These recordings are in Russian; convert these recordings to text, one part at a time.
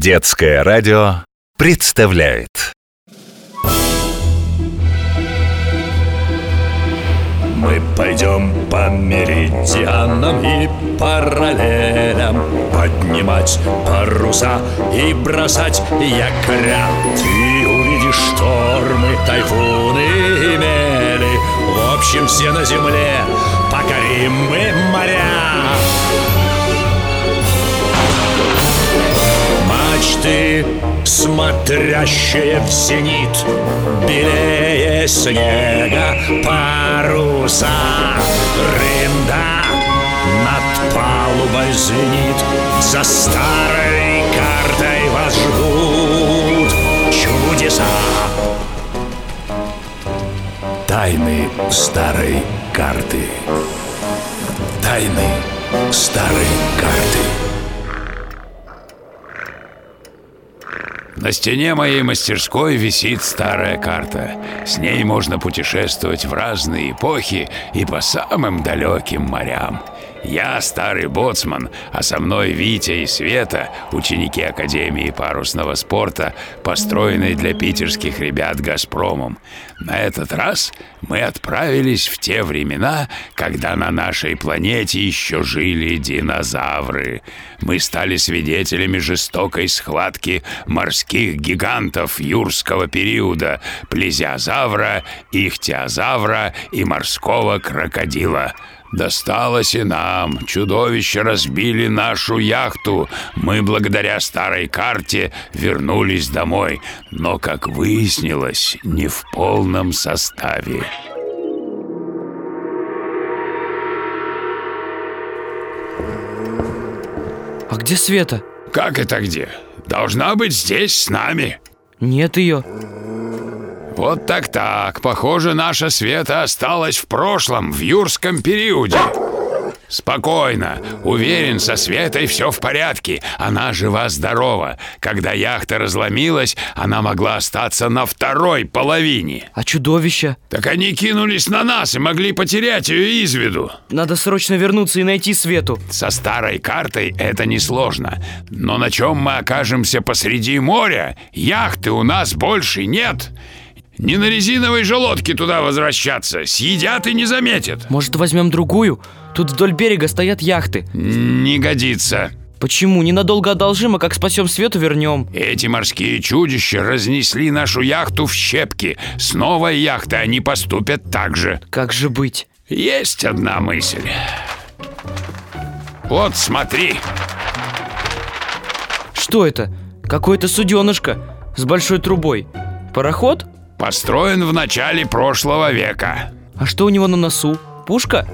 Детское радио представляет. Мы пойдем по меридианам и параллелям, поднимать паруса и бросать якоря. Ты увидишь штормы, тайфуны и мели. В общем, все на земле покорим мы моря. Мачты, смотрящие в зенит, белее снега паруса. Рында над палубой звенит, за старой картой вас ждут чудеса. Тайны старой карты. Тайны старой карты. На стене моей мастерской висит старая карта. С ней можно путешествовать в разные эпохи и по самым далеким морям. Я старый боцман, а со мной Витя и Света, ученики Академии парусного спорта, построенной для питерских ребят «Газпромом». На этот раз мы отправились в те времена, когда на нашей планете еще жили динозавры. Мы стали свидетелями жестокой схватки морских гигантов юрского периода, плезиозавра, ихтиозавра и морского крокодила. Досталось и нам. Чудовища разбили нашу яхту. Мы, благодаря старой карте, вернулись домой. Но, как выяснилось, не в полном составе. А где Света? Как это где? Должна быть здесь с нами. Нет ее. Вот так-так. Похоже, наша Света осталась в прошлом, в юрском периоде. Спокойно. Уверен, со Светой все в порядке. Она жива-здорова. Когда яхта разломилась, она могла остаться на второй половине. А чудовища? Так они кинулись на нас и могли потерять ее из виду. Надо срочно вернуться и найти Свету. Со старой картой это несложно. Но на чем мы окажемся посреди моря? Яхты у нас больше нет. Не на резиновой же лодке туда возвращаться. Съедят и не заметят. Может, возьмем другую? Тут вдоль берега стоят яхты. Не годится. Почему? Ненадолго одолжим, а как спасем Свету, вернем. Эти морские чудища разнесли нашу яхту в щепки. С новой яхтой они поступят так же. Как же быть? Есть одна мысль. Вот смотри. Что это? Какое-то суденышко с большой трубой. Пароход? Построен в начале прошлого века. А что у него на носу? Пушка?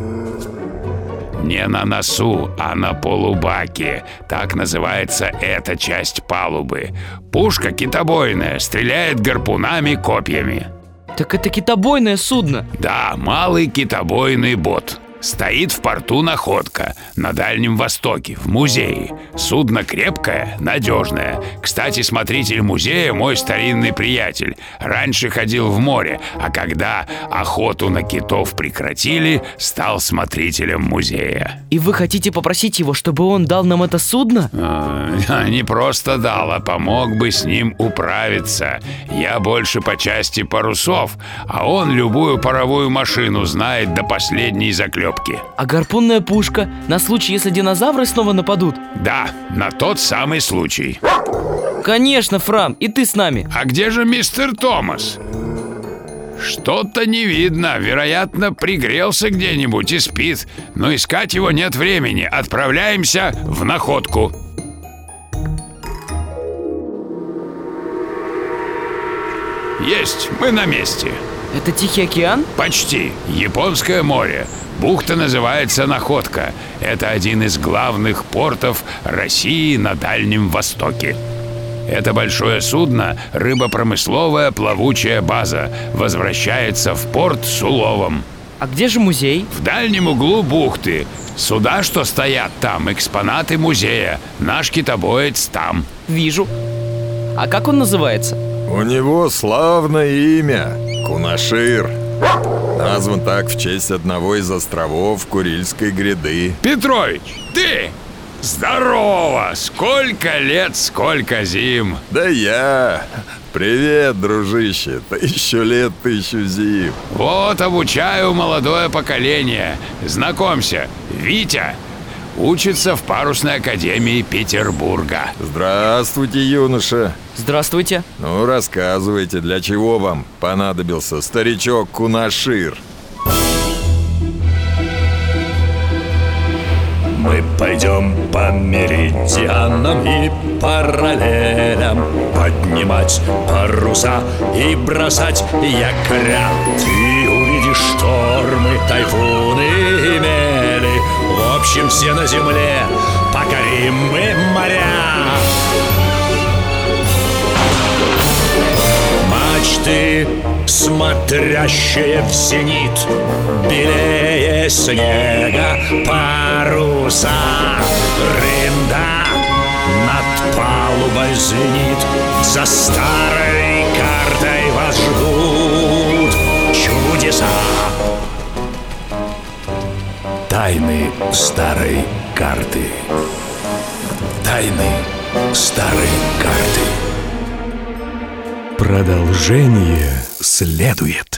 Не на носу, а на полубаке. Так называется эта часть палубы. Пушка китобойная, стреляет гарпунами-копьями. Так это китобойное судно. Да, малый китобойный бот. Стоит в порту «Находка» на Дальнем Востоке, в музее. Судно крепкое, надежное. Кстати, смотритель музея мой старинный приятель. Раньше ходил в море, а когда охоту на китов прекратили, стал смотрителем музея. И вы хотите попросить его, чтобы он дал нам это судно? Не просто дал, а помог бы с ним управиться. Я больше по части парусов, а он любую паровую машину знает до последней заклепки. А гарпунная пушка на случай, если динозавры снова нападут? Да, на тот самый случай. Конечно, Фрам, и ты с нами. А где же мистер Томас? Что-то не видно. Вероятно, пригрелся где-нибудь и спит. Но искать его нет времени. Отправляемся в Находку. Есть, мы на месте. Это Тихий океан? Почти. Японское море. Бухта называется Находка. Это один из главных портов России на Дальнем Востоке. Это большое судно, рыбопромысловая плавучая база, возвращается в порт с уловом. А где же музей? В дальнем углу бухты. Суда, что стоят там, экспонаты музея. Наш китобоец там. Вижу. А как он называется? У него славное имя – Кунашир. Назван так в честь одного из островов Курильской гряды. Петрович, ты! Здорово! Сколько лет, сколько зим! Да я. Привет, дружище. 1000 лет, 1000 зим. Вот обучаю молодое поколение. Знакомься, Витя. Учится в парусной академии Петербурга. Здравствуйте, юноша. Здравствуйте. Ну, рассказывайте, для чего вам понадобился старичок Кунашир? Мы пойдем по меридианам и параллелям, поднимать паруса и бросать якоря. Ты увидишь штормы, тайфуны и мели. В общем, все на земле покорим мы моря. Мачты, смотрящие в зенит, белее снега паруса. Рында над палубой звенит, за старой картой вас ждут чудеса. Тайны старой карты. Тайны старой карты. Продолжение следует.